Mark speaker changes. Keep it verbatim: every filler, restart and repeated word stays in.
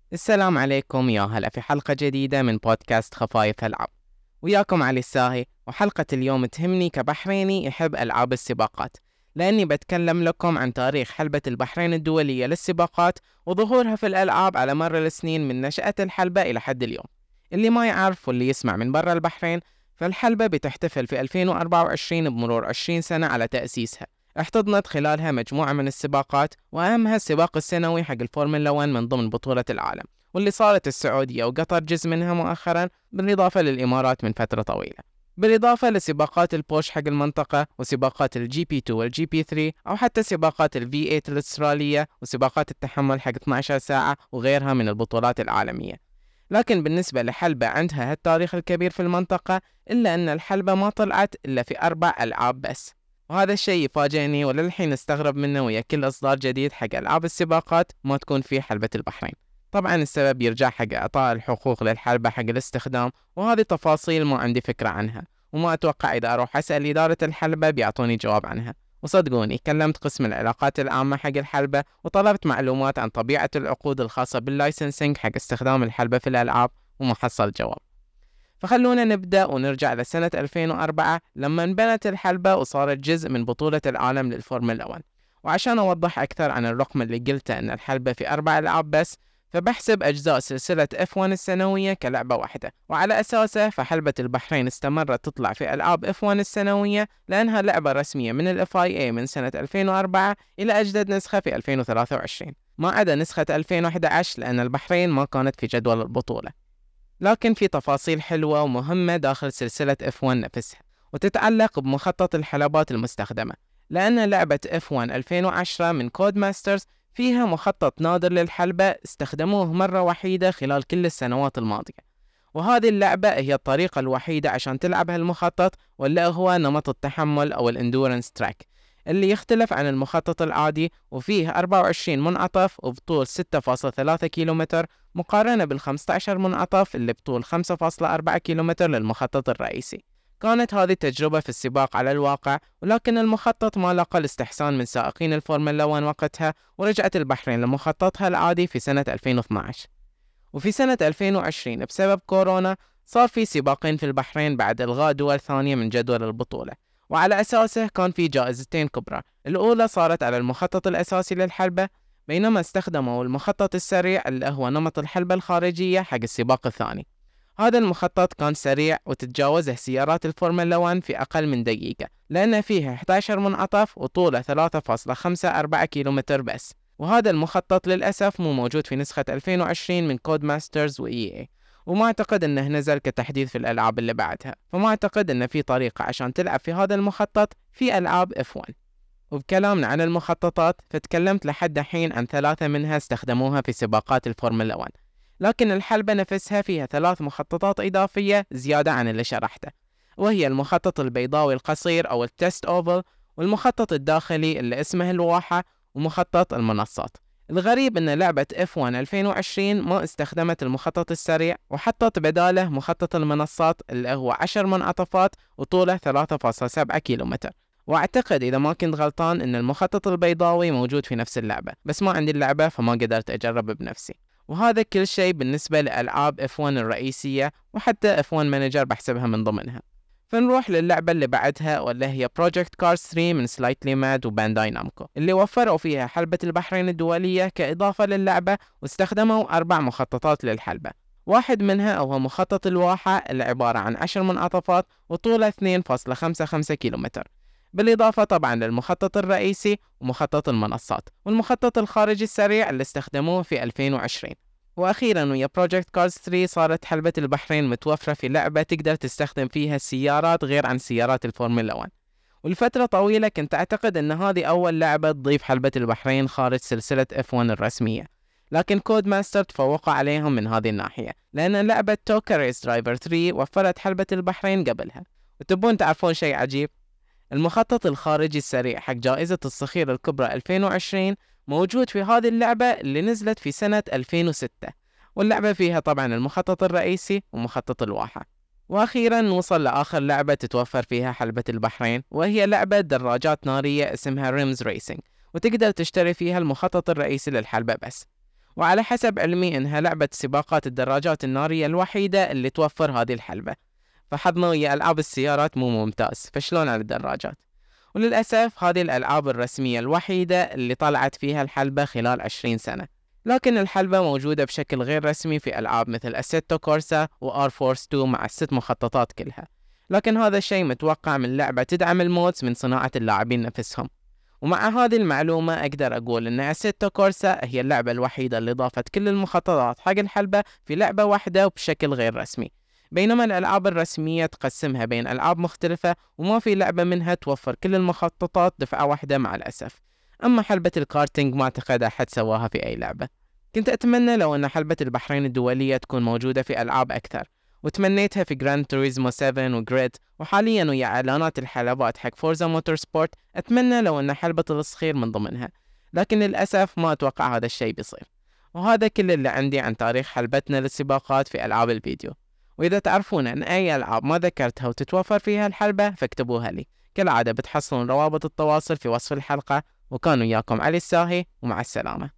Speaker 1: السلام عليكم، يا هلا في حلقة جديدة من بودكاست خفايف ألعاب. وياكم علي الساهي، وحلقة اليوم تهمني كبحريني يحب ألعاب السباقات، لأني بتكلم لكم عن تاريخ حلبة البحرين الدولية للسباقات وظهورها في الألعاب على مر السنين من نشأة الحلبة إلى حد اليوم. اللي ما يعرف واللي يسمع من برا البحرين، فالحلبة بتحتفل في ألفين وأربعة وعشرين بمرور عشرين سنة على تأسيسها. احتضنت خلالها مجموعة من السباقات، وأهمها السباق السنوي حق الفورمولا واحد من ضمن بطولة العالم، واللي صارت السعودية وقطر جزء منها مؤخرا، بالإضافة للإمارات من فترة طويلة، بالإضافة لسباقات البوش حق المنطقة وسباقات الجي بي اثنين والجي بي ثلاثة، أو حتى سباقات الفي ثمانية الأسترالية وسباقات التحمل حق اثنتي عشرة ساعة وغيرها من البطولات العالمية. لكن بالنسبة لحلبة عندها هالتاريخ الكبير في المنطقة، إلا أن الحلبة ما طلعت إلا في أربع ألعاب بس، وهذا الشيء يفاجئني وللحين استغرب منه ويا كل إصدار جديد حق ألعاب السباقات ما تكون فيه حلبة البحرين. طبعا السبب يرجع حق إعطاء الحقوق للحلبة حق الاستخدام، وهذه تفاصيل ما عندي فكرة عنها، وما أتوقع إذا أروح أسأل إدارة الحلبة بيعطوني جواب عنها. وصدقوني كلمت قسم العلاقات العامة حق الحلبة وطلبت معلومات عن طبيعة العقود الخاصة باللايسنسنج حق استخدام الحلبة في الألعاب، وما حصل جواب. فخلونا نبدأ ونرجع لسنة ألفين وأربعة لما انبنت الحلبة وصارت جزء من بطولة العالم للفورمولا واحد. وعشان أوضح أكثر عن الرقم اللي قلته أن الحلبة في أربع ألعاب بس، فبحسب أجزاء سلسلة إف واحد السنوية كلعبة واحدة، وعلى أساسه فحلبة البحرين استمرت تطلع في ألعاب إف واحد السنوية لأنها لعبة رسمية من ال إف آي إيه من سنة ألفين وأربعة إلى أجدد نسخة في ألفين وثلاثة وعشرين، ما عدا نسخة ألفين وأحد عشر لأن البحرين ما كانت في جدول البطولة. لكن في تفاصيل حلوة ومهمة داخل سلسلة إف واحد نفسها، وتتعلق بمخطط الحلبات المستخدمة، لأن لعبة إف واحد ألفين وعشرة من كود ماسترز فيها مخطط نادر للحلبة استخدموه مرة وحيدة خلال كل السنوات الماضية. وهذه اللعبة هي الطريقة الوحيدة عشان تلعب هالمخطط، واللي هو نمط التحمل أو الاندورنس تراك، اللي يختلف عن المخطط العادي، وفيه أربعة وعشرين منعطف وبطول ستة فاصلة ثلاثة كيلومتر، مقارنة بال خمسة عشر منعطف اللي بطول خمسة فاصلة أربعة كيلومتر للمخطط الرئيسي. كانت هذه التجربة في السباق على الواقع، ولكن المخطط ما لقى الاستحسان من سائقين الفورمولا واحد وقتها، ورجعت البحرين لمخططها العادي في سنة ألفين واثني عشر. وفي سنة ألفين وعشرين بسبب كورونا صار في سباقين في البحرين بعد إلغاء دول ثانية من جدول البطولة، وعلى أساسه كان في جائزتين كبرى. الأولى صارت على المخطط الأساسي للحلبة، بينما استخدموا المخطط السريع اللي هو نمط الحلبة الخارجية حق السباق الثاني. هذا المخطط كان سريع وتتجاوزه سيارات الفورمولا واحد في أقل من دقيقة، لأن فيه إحدى عشر منعطف وطوله ثلاثة فاصلة خمسة أربعة كيلومتر بس. وهذا المخطط للأسف مو موجود في نسخة ألفين وعشرين من كود ماسترز و إي إي، وما أعتقد أنه نزل كتحديث في الألعاب اللي بعدها، فما أعتقد أنه في طريقة عشان تلعب في هذا المخطط في ألعاب إف واحد. وبكلامنا عن المخططات، فتكلمت لحد الحين عن ثلاثة منها استخدموها في سباقات الفورمولا واحد، لكن الحلبة نفسها فيها ثلاث مخططات إضافية زيادة عن اللي شرحته، وهي المخطط البيضاوي القصير أو التست أوفل، والمخطط الداخلي اللي اسمه الواحة، ومخطط المنصات. الغريب أن لعبة إف واحد ألفين وعشرين ما استخدمت المخطط السريع، وحطت بداله مخطط المنصات اللي هو عشر منعطفات وطوله ثلاثة فاصلة سبعة كيلومتر. واعتقد اذا ما كنت غلطان ان المخطط البيضاوي موجود في نفس اللعبة، بس ما عندي اللعبة فما قدرت اجرب بنفسي. وهذا كل شيء بالنسبة لألعاب إف واحد الرئيسية، وحتى إف واحد مانجر بحسبها من ضمنها. فنروح للعبة اللي بعدها، واللي هي بروجكت كارز ثلاثة من سلايتلي ماد وبانداي نامكو، اللي وفروا فيها حلبة البحرين الدولية كإضافة للعبة، واستخدموا أربع مخططات للحلبة. واحد منها هو مخطط الواحة اللي عبارة عن عشر منعطفات وطوله اثنين فاصلة خمسة خمسة كيلومتر، بالإضافة طبعا للمخطط الرئيسي ومخطط المنصات والمخطط الخارجي السريع اللي استخدموه في ألفين وعشرين. وأخيرا ويا بروجكت كارز ثلاثة صارت حلبة البحرين متوفرة في لعبة تقدر تستخدم فيها السيارات غير عن سيارات الفورمولا واحد. ولفترة طويلة كنت أعتقد أن هذه أول لعبة تضيف حلبة البحرين خارج سلسلة إف واحد الرسمية، لكن كود ماستر تفوق عليهم من هذه الناحية، لأن لعبة توكا ريس درايفر ثلاثة وفرت حلبة البحرين قبلها. وتبون تعرفون شيء عجيب؟ المخطط الخارجي السريع حق جائزة الصخير الكبرى ألفين وعشرين موجود في هذه اللعبة اللي نزلت في سنة ألفين وستة، واللعبة فيها طبعا المخطط الرئيسي ومخطط الواحة. وأخيرا نوصل لآخر لعبة تتوفر فيها حلبة البحرين، وهي لعبة دراجات نارية اسمها ريمز ريسينج، وتقدر تشتري فيها المخطط الرئيسي للحلبة بس. وعلى حسب علمي إنها لعبة سباقات الدراجات النارية الوحيدة اللي توفر هذه الحلبة. فحظنا ويا ألعاب السيارات مو ممتاز، فشلون على الدراجات؟ وللأسف هذه الألعاب الرسمية الوحيدة اللي طلعت فيها الحلبة خلال عشرين سنة. لكن الحلبة موجودة بشكل غير رسمي في ألعاب مثل أسيتو كورسا وآر فورس تو مع الست مخططات كلها. لكن هذا الشيء متوقع من لعبة تدعم المودز من صناعة اللاعبين نفسهم. ومع هذه المعلومة أقدر أقول أن أسيتو كورسا هي اللعبة الوحيدة اللي ضافت كل المخططات حق الحلبة في لعبة واحدة وبشكل غير رسمي، بينما الألعاب الرسمية تقسمها بين ألعاب مختلفة وما في لعبة منها توفر كل المخططات دفعة واحدة مع الأسف. أما حلبة الكارتينج ما أعتقد أحد سواها في أي لعبة. كنت أتمنى لو أن حلبة البحرين الدولية تكون موجودة في ألعاب أكثر، وتمنيتها في جراند توريزمو سبعة وجريد، وحاليا ويا إعلانات الحلبات حق فورزا موتور سبورت أتمنى لو أن حلبة الصخير من ضمنها، لكن للأسف ما أتوقع هذا الشيء بيصير. وهذا كل اللي عندي عن تاريخ حلبتنا للسباقات في ألعاب الفيديو. وإذا تعرفون أن أي ألعاب ما ذكرتها وتتوفر فيها الحلبة فاكتبوها لي. كالعادة بتحصلون روابط التواصل في وصف الحلقة. وكان وياكم علي الساهي، ومع السلامة.